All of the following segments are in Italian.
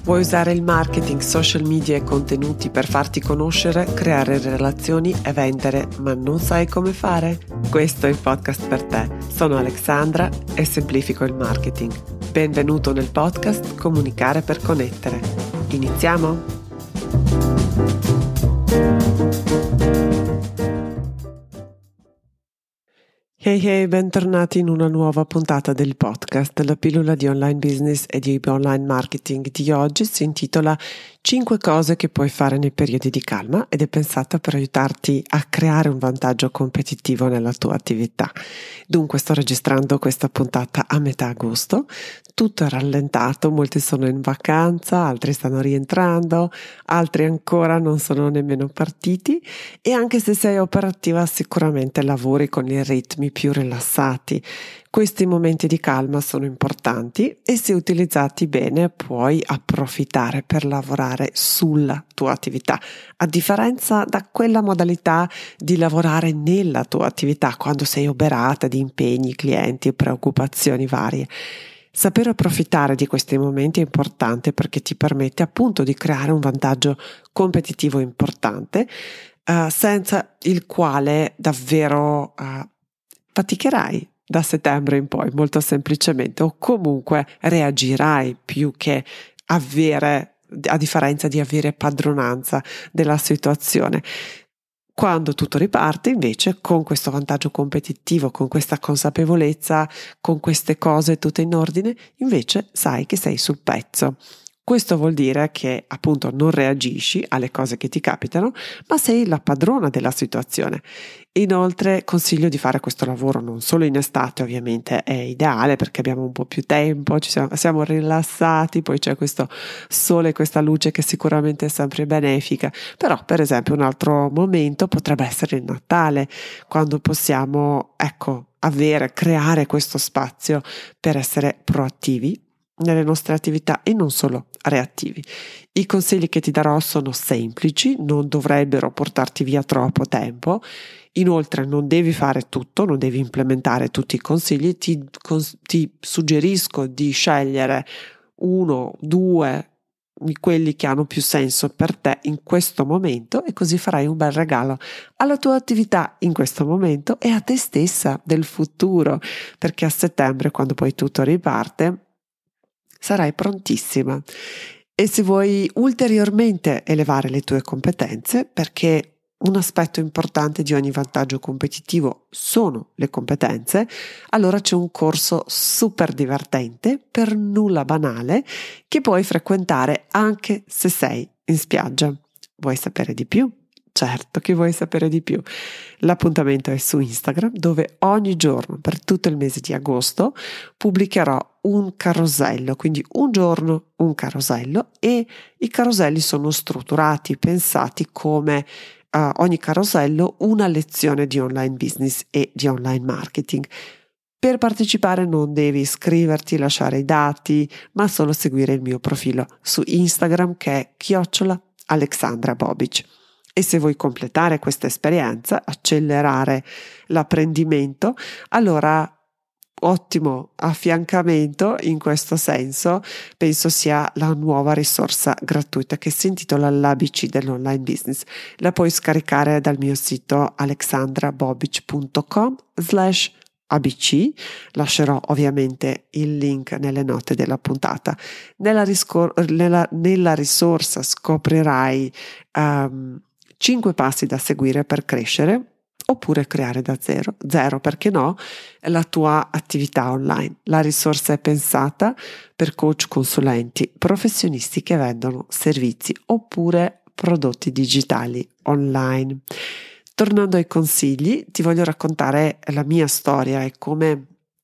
Vuoi usare il marketing, social media e contenuti per farti conoscere, creare relazioni e vendere, ma non sai come fare? Questo è il podcast per te. Sono Alexandra e semplifico il marketing. Benvenuto nel podcast Comunicare per connettere. Iniziamo? Hey, bentornati in una nuova puntata del podcast. La pillola di online business e di online marketing di oggi si intitola 5 cose che puoi fare nei periodi di calma ed è pensata per aiutarti a creare un vantaggio competitivo nella tua attività. Dunque sto registrando questa puntata a metà agosto, tutto è rallentato, molti sono in vacanza, altri stanno rientrando, altri ancora non sono nemmeno partiti e anche se sei operativa sicuramente lavori con i ritmi più rilassati. Questi momenti di calma sono importanti e se utilizzati bene puoi approfittare per lavorare sulla tua attività, a differenza da quella modalità di lavorare nella tua attività quando sei oberata di impegni, clienti e preoccupazioni varie. Saper approfittare di questi momenti è importante perché ti permette appunto di creare un vantaggio competitivo importante, senza il quale davvero faticherai da settembre in poi, molto semplicemente, o comunque reagirai più che avere, a differenza di avere padronanza della situazione. Quando tutto riparte, invece, con questo vantaggio competitivo, con questa consapevolezza, con queste cose tutte in ordine, invece sai che sei sul pezzo. Questo vuol dire che appunto non reagisci alle cose che ti capitano, ma sei la padrona della situazione. Inoltre consiglio di fare questo lavoro non solo in estate, ovviamente è ideale perché abbiamo un po' più tempo, siamo rilassati, poi c'è questo sole, questa luce che sicuramente è sempre benefica, però per esempio un altro momento potrebbe essere il Natale, quando possiamo, creare questo spazio per essere proattivi nelle nostre attività e non solo reattivi. I consigli che ti darò sono semplici, non dovrebbero portarti via troppo tempo. Inoltre non devi fare tutto, non devi implementare tutti i consigli, ti suggerisco di scegliere 1, 2 di quelli che hanno più senso per te in questo momento e così farai un bel regalo alla tua attività in questo momento e a te stessa del futuro, perché a settembre, quando poi tutto riparte, sarai prontissima. E se vuoi ulteriormente elevare le tue competenze, perché un aspetto importante di ogni vantaggio competitivo sono le competenze, allora c'è un corso super divertente, per nulla banale, che puoi frequentare anche se sei in spiaggia. Vuoi sapere di più? Certo che vuoi sapere di più. L'appuntamento è su Instagram, dove ogni giorno per tutto il mese di agosto pubblicherò un carosello, quindi un giorno un carosello, e i caroselli sono strutturati, pensati come ogni carosello una lezione di online business e di online marketing. Per partecipare non devi iscriverti, lasciare i dati, ma solo seguire il mio profilo su Instagram che è @AlexandraBobic. E se vuoi completare questa esperienza, accelerare l'apprendimento, allora ottimo affiancamento in questo senso penso sia la nuova risorsa gratuita che si intitola l'ABC dell'online business. La puoi scaricare dal mio sito alexandrabobic.com/ABC. Lascerò ovviamente il link nelle note della puntata. Nella risorsa scoprirai 5 passi da seguire per crescere oppure creare da zero, perché no, la tua attività online. La risorsa è pensata per coach, consulenti, professionisti che vendono servizi oppure prodotti digitali online. Tornando ai consigli, ti voglio raccontare la mia storia e com'è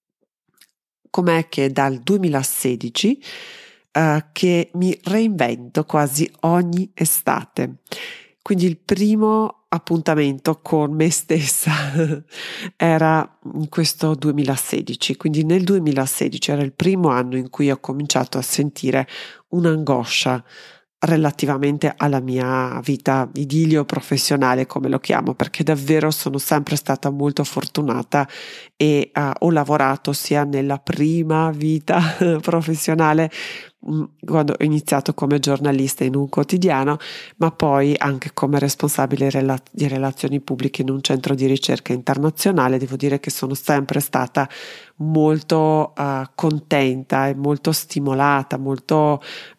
che dal 2016 che mi reinvento quasi ogni estate. Quindi il primo appuntamento con me stessa era in questo 2016, quindi nel 2016 era il primo anno in cui ho cominciato a sentire un'angoscia relativamente alla mia vita idilio professionale, come lo chiamo, perché davvero sono sempre stata molto fortunata e ho lavorato sia nella prima vita professionale quando ho iniziato come giornalista in un quotidiano, ma poi anche come responsabile di relazioni pubbliche in un centro di ricerca internazionale. Devo dire che sono sempre stata molto contenta e molto stimolata, molto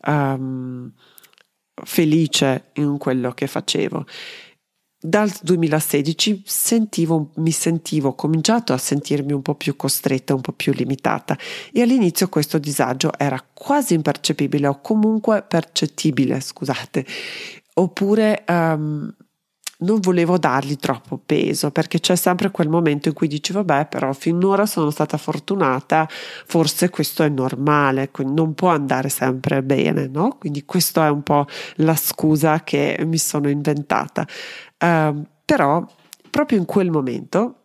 felice in quello che facevo. Dal 2016 ho cominciato a sentirmi un po' più costretta, un po' più limitata, e all'inizio questo disagio era quasi impercettibile o comunque percettibile, scusate, oppure non volevo dargli troppo peso, perché c'è sempre quel momento in cui dici vabbè, però finora sono stata fortunata, forse questo è normale, quindi non può andare sempre bene, no? Quindi questa è un po' la scusa che mi sono inventata. Però proprio in quel momento,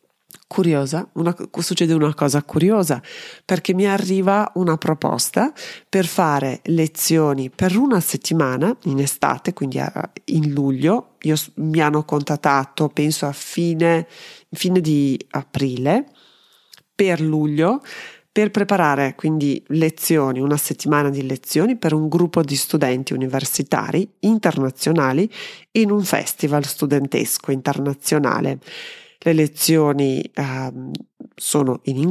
succede una cosa curiosa, perché mi arriva una proposta per fare lezioni per una settimana in estate, quindi in luglio. Mi hanno contattato, penso a fine di aprile, per luglio, per preparare quindi una settimana di lezioni per un gruppo di studenti universitari internazionali in un festival studentesco internazionale. Le lezioni erano in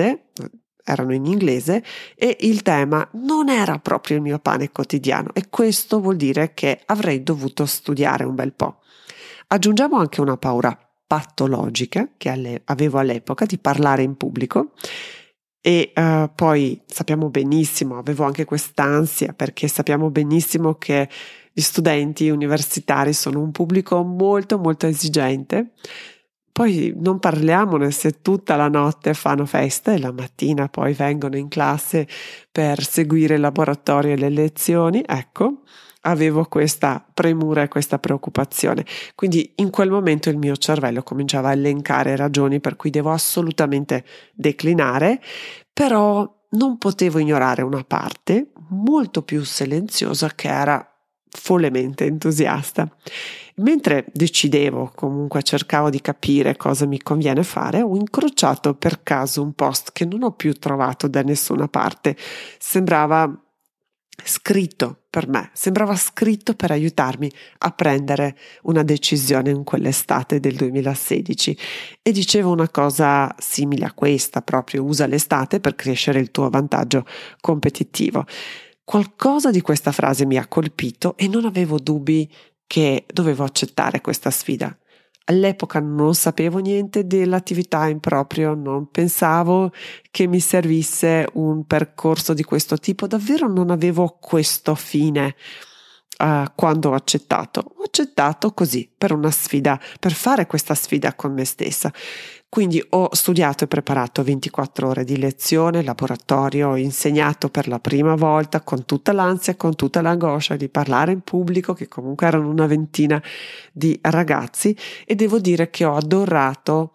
inglese e il tema non era proprio il mio pane quotidiano, e questo vuol dire che avrei dovuto studiare un bel po'. Aggiungiamo anche una paura patologica che avevo all'epoca di parlare in pubblico. E poi sappiamo benissimo, avevo anche quest'ansia, perché sappiamo benissimo che gli studenti universitari sono un pubblico molto molto esigente. Poi non parliamone se tutta la notte fanno festa e la mattina poi vengono in classe per seguire il laboratorio e le lezioni. Ecco, avevo questa premura e questa preoccupazione. Quindi in quel momento il mio cervello cominciava a elencare ragioni per cui devo assolutamente declinare, però non potevo ignorare una parte molto più silenziosa che era follemente entusiasta. Mentre decidevo, comunque cercavo di capire cosa mi conviene fare, ho incrociato per caso un post che non ho più trovato da nessuna parte. Sembrava scritto per me, sembrava scritto per aiutarmi a prendere una decisione in quell'estate del 2016, e diceva una cosa simile a questa, proprio: usa l'estate per crescere il tuo vantaggio competitivo. Qualcosa di questa frase mi ha colpito e non avevo dubbi che dovevo accettare questa sfida. All'epoca non sapevo niente dell'attività in proprio, non pensavo che mi servisse un percorso di questo tipo, davvero non avevo questo fine. Quando ho accettato così, per una sfida, per fare questa sfida con me stessa. Quindi ho studiato e preparato 24 ore di lezione, laboratorio, ho insegnato per la prima volta con tutta l'ansia, con tutta l'angoscia di parlare in pubblico, che comunque erano una ventina di ragazzi, e devo dire che ho adorato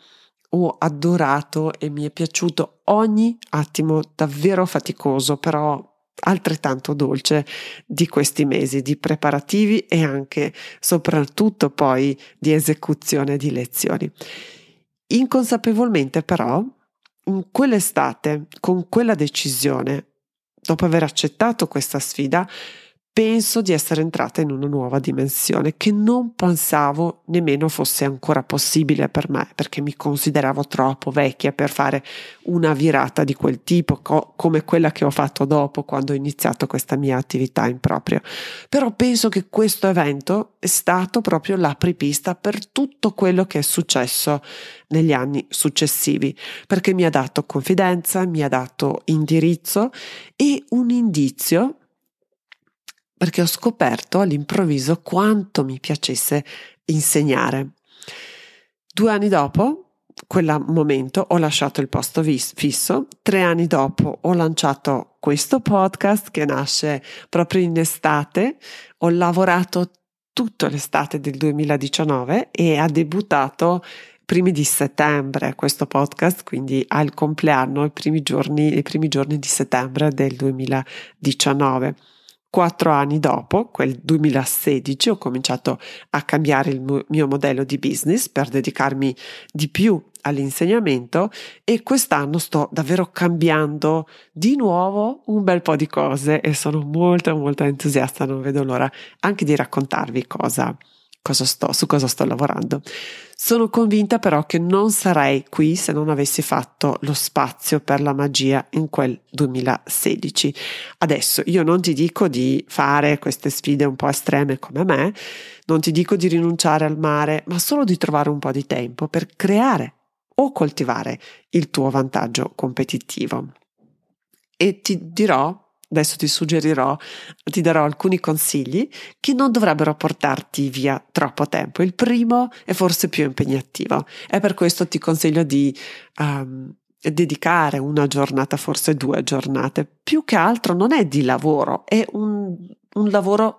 e mi è piaciuto ogni attimo davvero faticoso, però altrettanto dolce, di questi mesi di preparativi e anche soprattutto poi di esecuzione di lezioni. Inconsapevolmente però, in quell'estate, con quella decisione, dopo aver accettato questa sfida, penso di essere entrata in una nuova dimensione che non pensavo nemmeno fosse ancora possibile per me, perché mi consideravo troppo vecchia per fare una virata di quel tipo, come quella che ho fatto dopo, quando ho iniziato questa mia attività in proprio. Però penso che questo evento è stato proprio l'apripista per tutto quello che è successo negli anni successivi, perché mi ha dato confidenza, mi ha dato indirizzo e un indizio, perché ho scoperto all'improvviso quanto mi piacesse insegnare. 2 anni dopo quel momento ho lasciato il posto fisso, 3 anni dopo ho lanciato questo podcast che nasce proprio in estate, ho lavorato tutta l'estate del 2019 e ha debuttato primi di settembre questo podcast, quindi al compleanno, i primi giorni di settembre del 2019. 4 anni dopo, quel 2016, ho cominciato a cambiare il mio modello di business per dedicarmi di più all'insegnamento e quest'anno sto davvero cambiando di nuovo un bel po' di cose e sono molto molto entusiasta, non vedo l'ora anche di raccontarvi su cosa sto lavorando. Sono convinta però che non sarei qui se non avessi fatto lo spazio per la magia in quel 2016. Adesso io non ti dico di fare queste sfide un po' estreme come me, non ti dico di rinunciare al mare, ma solo di trovare un po' di tempo per creare o coltivare il tuo vantaggio competitivo. E adesso ti darò alcuni consigli che non dovrebbero portarti via troppo tempo. Il primo è forse più impegnativo e per questo ti consiglio di dedicare una giornata, forse 2 giornate. Più che altro non è di lavoro, è un lavoro,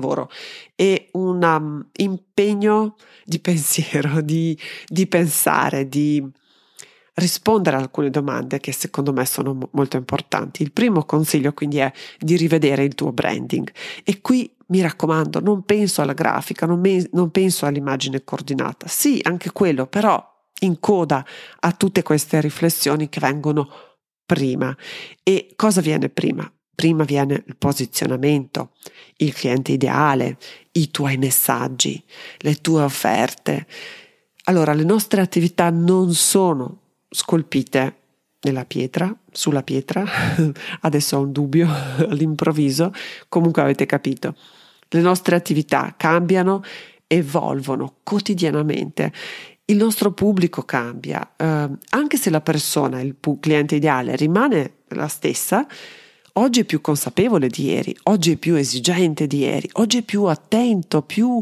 è un impegno di pensiero, di pensare, di rispondere a alcune domande che secondo me sono molto importanti. Il primo consiglio quindi è di rivedere il tuo branding e qui mi raccomando non penso alla grafica, non penso all'immagine coordinata, sì anche quello, però in coda a tutte queste riflessioni che vengono prima. E cosa viene prima? Prima viene il posizionamento, il cliente ideale, i tuoi messaggi, le tue offerte. Allora, le nostre attività non sono scolpite sulla pietra, adesso ho un dubbio all'improvviso, comunque avete capito. Le nostre attività cambiano, evolvono quotidianamente. Il nostro pubblico cambia, anche se la persona, il cliente ideale rimane la stessa. Oggi è più consapevole di ieri, oggi è più esigente di ieri, oggi è più attento, più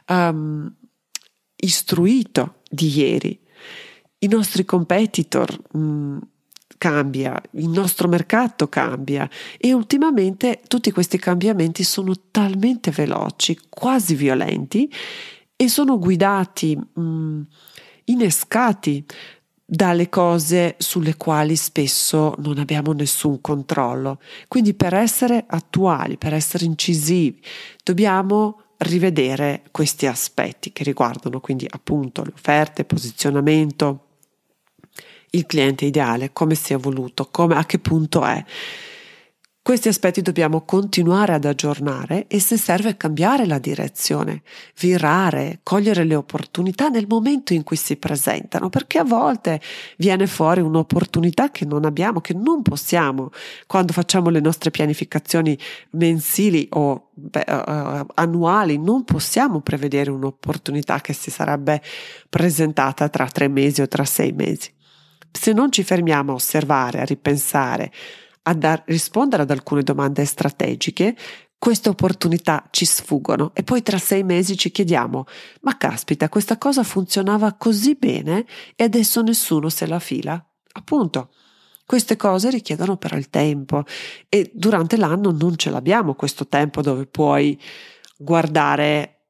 istruito di ieri. I nostri competitor cambia, il nostro mercato cambia e ultimamente tutti questi cambiamenti sono talmente veloci, quasi violenti e sono guidati, innescati dalle cose sulle quali spesso non abbiamo nessun controllo. Quindi per essere attuali, per essere incisivi, dobbiamo rivedere questi aspetti che riguardano quindi appunto le offerte, posizionamento, il cliente ideale, come si è evoluto, a che punto è. Questi aspetti dobbiamo continuare ad aggiornare e se serve cambiare la direzione, virare, cogliere le opportunità nel momento in cui si presentano, perché a volte viene fuori un'opportunità che non abbiamo, che non possiamo. Quando facciamo le nostre pianificazioni mensili o annuali, non possiamo prevedere un'opportunità che si sarebbe presentata tra 3 mesi o tra 6 mesi. Se non ci fermiamo a osservare, a ripensare, rispondere ad alcune domande strategiche, queste opportunità ci sfuggono e poi tra 6 mesi ci chiediamo: ma caspita, questa cosa funzionava così bene e adesso nessuno se la fila? Appunto, queste cose richiedono però il tempo e durante l'anno non ce l'abbiamo questo tempo dove puoi guardare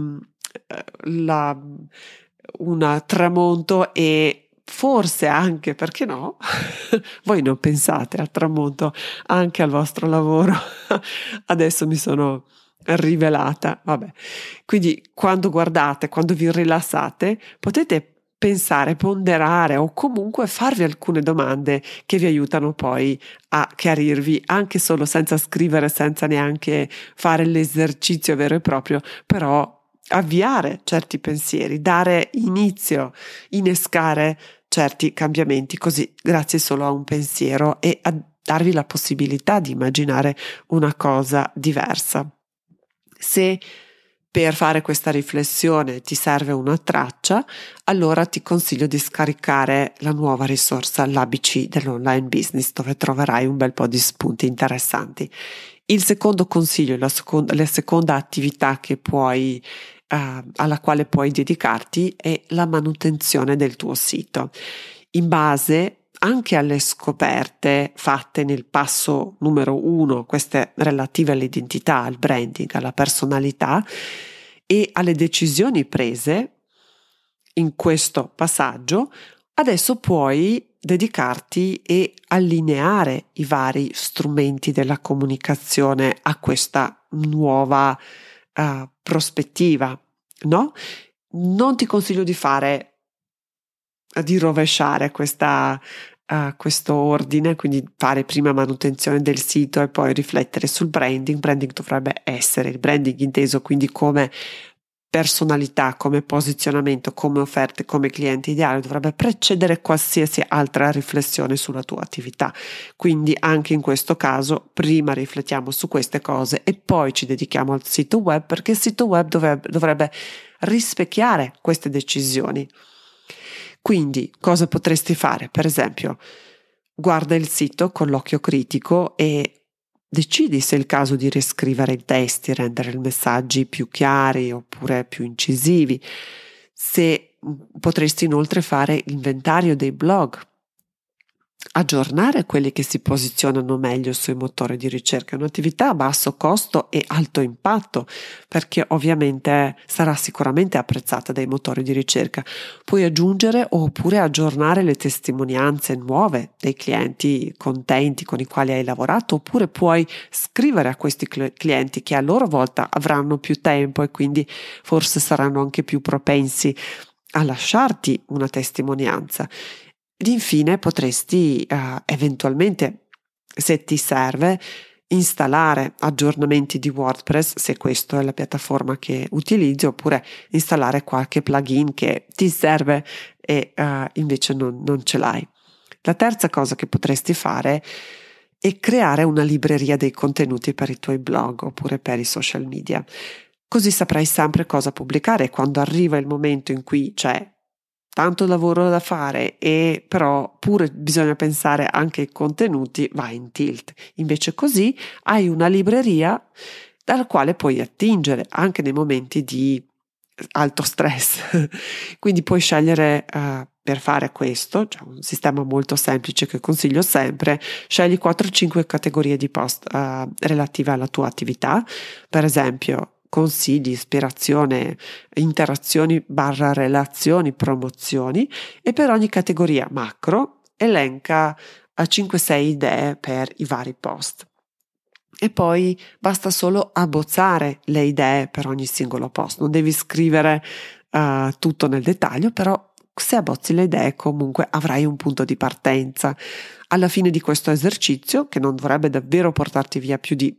un tramonto e forse anche, perché no? Voi non pensate al tramonto anche al vostro lavoro? Adesso mi sono rivelata, vabbè. Quindi quando vi rilassate, potete pensare, ponderare o comunque farvi alcune domande che vi aiutano poi a chiarirvi, anche solo senza scrivere, senza neanche fare l'esercizio vero e proprio, però avviare certi pensieri, dare inizio, innescare certi cambiamenti, così grazie solo a un pensiero e a darvi la possibilità di immaginare una cosa diversa. Se per fare questa riflessione ti serve una traccia, allora ti consiglio di scaricare la nuova risorsa, l'ABC dell'online business, dove troverai un bel po' di spunti interessanti. Il secondo consiglio, la seconda attività che alla quale puoi dedicarti è la manutenzione del tuo sito. In base anche alle scoperte fatte nel passo numero 1, queste relative all'identità, al branding, alla personalità e alle decisioni prese in questo passaggio, adesso puoi dedicarti e allineare i vari strumenti della comunicazione a questa nuova prospettiva, no? Non ti consiglio di rovesciare questo ordine, quindi fare prima manutenzione del sito e poi riflettere sul branding. Branding dovrebbe essere il branding inteso quindi come personalità, come posizionamento, come offerte, come cliente ideale, dovrebbe precedere qualsiasi altra riflessione sulla tua attività. Quindi anche in questo caso prima riflettiamo su queste cose e poi ci dedichiamo al sito web, perché il sito web dovrebbe rispecchiare queste decisioni. Quindi cosa potresti fare? Per esempio, guarda il sito con l'occhio critico e decidi se è il caso di riscrivere i testi, rendere i messaggi più chiari oppure più incisivi. Se potresti inoltre fare l'inventario dei blog, aggiornare quelli che si posizionano meglio sui motori di ricerca. È un'attività a basso costo e alto impatto, perché ovviamente sarà sicuramente apprezzata dai motori di ricerca. Puoi aggiungere oppure aggiornare le testimonianze nuove dei clienti contenti con i quali hai lavorato, oppure puoi scrivere a questi clienti che a loro volta avranno più tempo e quindi forse saranno anche più propensi a lasciarti una testimonianza. Ed infine potresti eventualmente, se ti serve, installare aggiornamenti di WordPress, se questa è la piattaforma che utilizzi, oppure installare qualche plugin che ti serve e invece non ce l'hai. La terza cosa che potresti fare è creare una libreria dei contenuti per i tuoi blog oppure per i social media. Così saprai sempre cosa pubblicare quando arriva il momento in cui c'è tanto lavoro da fare e però pure bisogna pensare anche ai contenuti, vai in tilt. Invece così hai una libreria dalla quale puoi attingere anche nei momenti di alto stress. Quindi puoi scegliere per fare questo, c'è un sistema molto semplice che consiglio sempre, scegli 4-5 categorie di post relative alla tua attività, per esempio consigli, ispirazione, interazioni / relazioni, promozioni, e per ogni categoria macro elenca 5-6 idee per i vari post. E poi basta solo abbozzare le idee per ogni singolo post, non devi scrivere tutto nel dettaglio, però se abbozzi le idee comunque avrai un punto di partenza. Alla fine di questo esercizio, che non dovrebbe davvero portarti via più di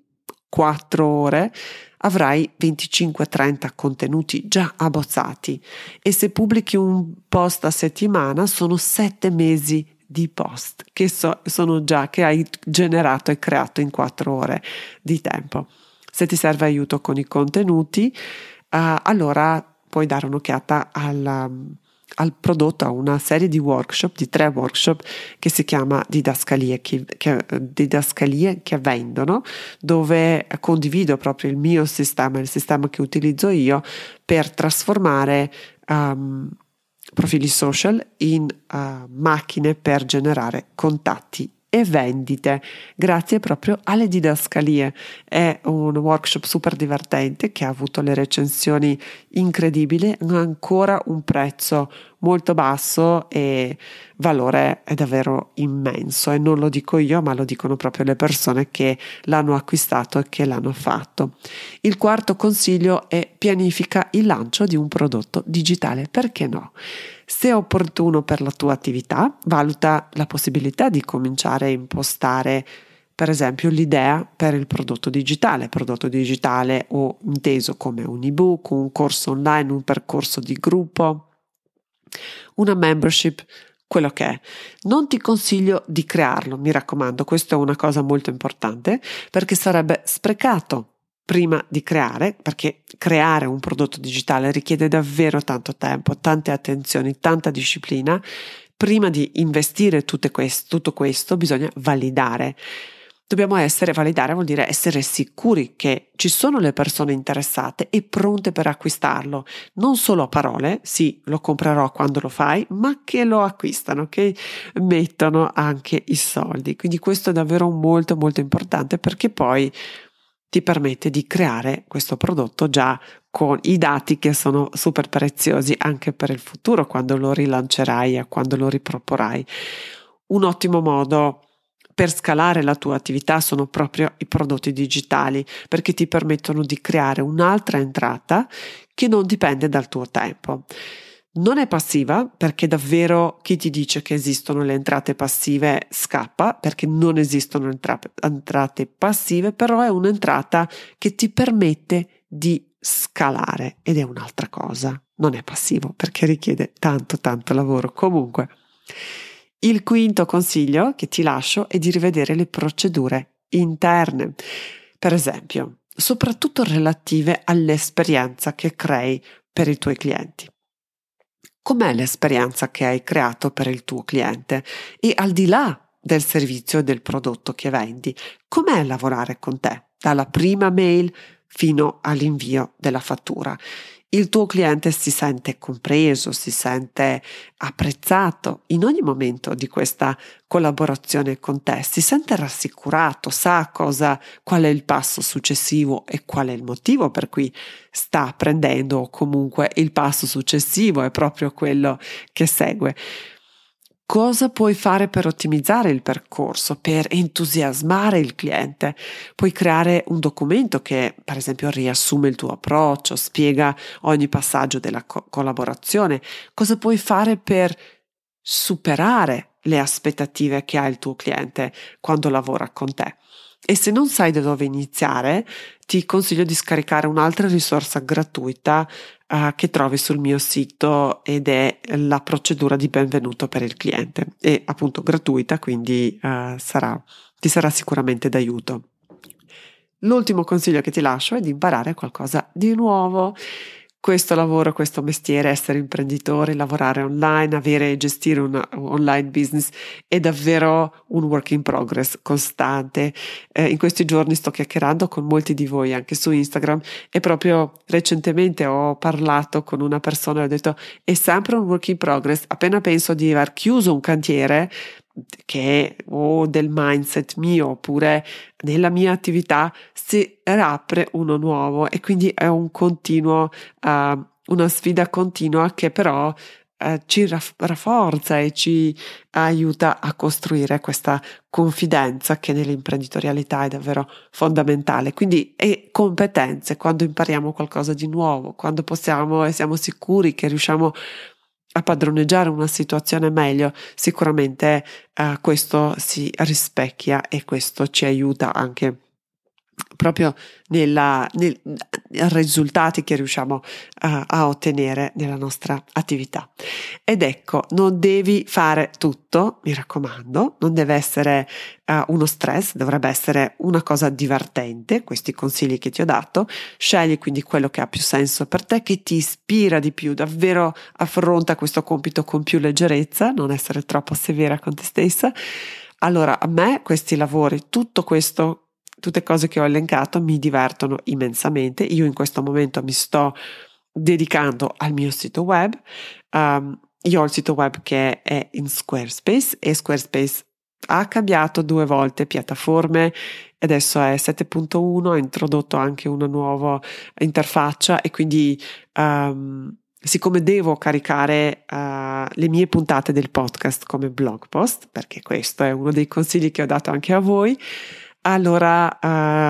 4 ore, avrai 25-30 contenuti già abbozzati e se pubblichi un post a settimana sono 7 mesi di post che sono già che hai generato e creato in 4 ore di tempo. Se ti serve aiuto con i contenuti, allora puoi dare un'occhiata al prodotto, a una serie di workshop, di 3 workshop che si chiama Didascalie che vendono, dove condivido proprio il mio sistema, il sistema che utilizzo io per trasformare profili social in macchine per generare contatti e vendite grazie proprio alle didascalie. È un workshop super divertente che ha avuto le recensioni incredibili, ma ancora un prezzo molto basso e valore è davvero immenso, e non lo dico io ma lo dicono proprio le persone che l'hanno acquistato e che l'hanno fatto. Il quarto consiglio è: pianifica il lancio di un prodotto digitale, perché no? Se è opportuno per la tua attività, valuta la possibilità di cominciare a impostare per esempio l'idea per il prodotto digitale o inteso come un ebook, un corso online, un percorso di gruppo, una membership, quello che è. Non ti consiglio di crearlo, mi raccomando, questa è una cosa molto importante, perché sarebbe sprecato prima di creare, perché creare un prodotto digitale richiede davvero tanto tempo, tante attenzioni, tanta disciplina. Prima di investire tutto questo bisogna validare. Validare vuol dire essere sicuri che ci sono le persone interessate e pronte per acquistarlo, non solo a parole, sì, lo comprerò quando lo fai, ma che lo acquistano, che mettono anche i soldi. Quindi questo è davvero molto molto importante, perché poi ti permette di creare questo prodotto già con i dati che sono super preziosi anche per il futuro, quando lo rilancerai e quando lo riproporrai. Un ottimo modo per scalare la tua attività sono proprio i prodotti digitali, perché ti permettono di creare un'altra entrata che non dipende dal tuo tempo. Non è passiva, perché davvero chi ti dice che esistono le entrate passive scappa, perché non esistono entrate passive, però è un'entrata che ti permette di scalare ed è un'altra cosa. Non è passivo perché richiede tanto lavoro. Comunque, il quinto consiglio che ti lascio è di rivedere le procedure interne. Per esempio, soprattutto relative all'esperienza che crei per i tuoi clienti. Com'è l'esperienza che hai creato per il tuo cliente? E al di là del servizio e del prodotto che vendi, com'è lavorare con te? Dalla prima mail fino all'invio della fattura. Il tuo cliente si sente compreso, si sente apprezzato in ogni momento di questa collaborazione con te, si sente rassicurato, sa qual è il passo successivo e qual è il motivo per cui sta prendendo, o comunque il passo successivo è proprio quello che segue. Cosa puoi fare per ottimizzare il percorso, per entusiasmare il cliente? Puoi creare un documento che, per esempio, riassume il tuo approccio, spiega ogni passaggio della collaborazione. Cosa puoi fare per superare le aspettative che ha il tuo cliente quando lavora con te? E se non sai da dove iniziare, ti consiglio di scaricare un'altra risorsa gratuita che trovi sul mio sito ed è la procedura di benvenuto per il cliente. È appunto gratuita, quindi ti sarà sicuramente d'aiuto. L'ultimo consiglio che ti lascio è di imparare qualcosa di nuovo. Questo lavoro, questo mestiere, essere imprenditori, lavorare online, avere e gestire un online business è davvero un work in progress costante. In questi giorni sto chiacchierando con molti di voi anche su Instagram e proprio recentemente ho parlato con una persona e ho detto è sempre un work in progress. Appena penso di aver chiuso un cantiere che o del mindset mio oppure nella mia attività si apre uno nuovo e quindi è un continuo una sfida continua che però ci rafforza e ci aiuta a costruire questa confidenza che nell'imprenditorialità è davvero fondamentale. Quindi e competenze, quando impariamo qualcosa di nuovo, quando possiamo e siamo sicuri che riusciamo a padroneggiare una situazione meglio, sicuramente questo si rispecchia e questo ci aiuta anche proprio nei risultati che riusciamo a ottenere nella nostra attività. Ed ecco, non devi fare tutto, mi raccomando, non deve essere uno stress, dovrebbe essere una cosa divertente, questi consigli che ti ho dato. Scegli quindi quello che ha più senso per te, che ti ispira di più, davvero affronta questo compito con più leggerezza, non essere troppo severa con te stessa. Allora, a me questi lavori, tutto questo, tutte cose che ho elencato mi divertono immensamente. Io in questo momento mi sto dedicando al mio sito web. Io ho il sito web che è in Squarespace e Squarespace ha cambiato 2 volte piattaforme, adesso è 7.1, ha introdotto anche una nuova interfaccia e quindi siccome devo caricare le mie puntate del podcast come blog post, perché questo è uno dei consigli che ho dato anche a voi, allora,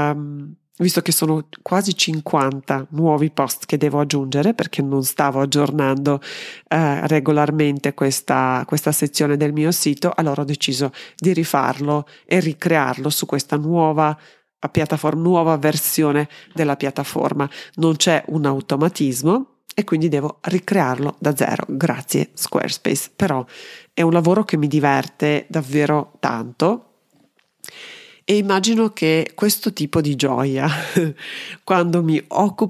visto che sono quasi 50 nuovi post che devo aggiungere perché non stavo aggiornando regolarmente questa sezione del mio sito, allora ho deciso di rifarlo e ricrearlo su questa nuova piattaforma, nuova versione della piattaforma. Non c'è un automatismo e quindi devo ricrearlo da zero. Grazie Squarespace, però è un lavoro che mi diverte davvero tanto. E immagino che questo tipo di gioia, quando mi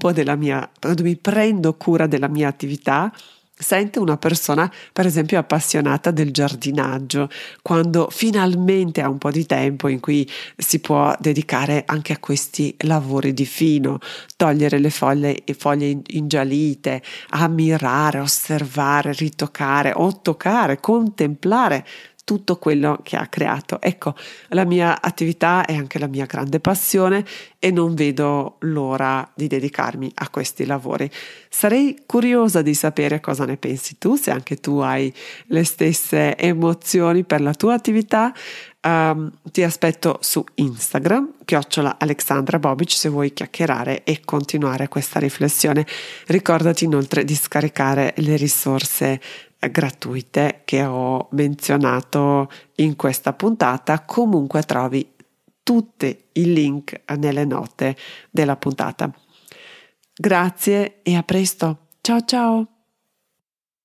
prendo cura della mia attività, sente una persona, per esempio, appassionata del giardinaggio, quando finalmente ha un po' di tempo in cui si può dedicare anche a questi lavori di fino, togliere le foglie ingiallite, ammirare, osservare, ritoccare o toccare, contemplare tutto quello che ha creato. Ecco, la mia attività è anche la mia grande passione e non vedo l'ora di dedicarmi a questi lavori. Sarei curiosa di sapere cosa ne pensi tu, se anche tu hai le stesse emozioni per la tua attività. Ti aspetto su Instagram, @AlexandraBobic, se vuoi chiacchierare e continuare questa riflessione. Ricordati inoltre di scaricare le risorse gratuite che ho menzionato in questa puntata. Comunque trovi tutti i link nelle note della puntata. Grazie e a presto. Ciao ciao!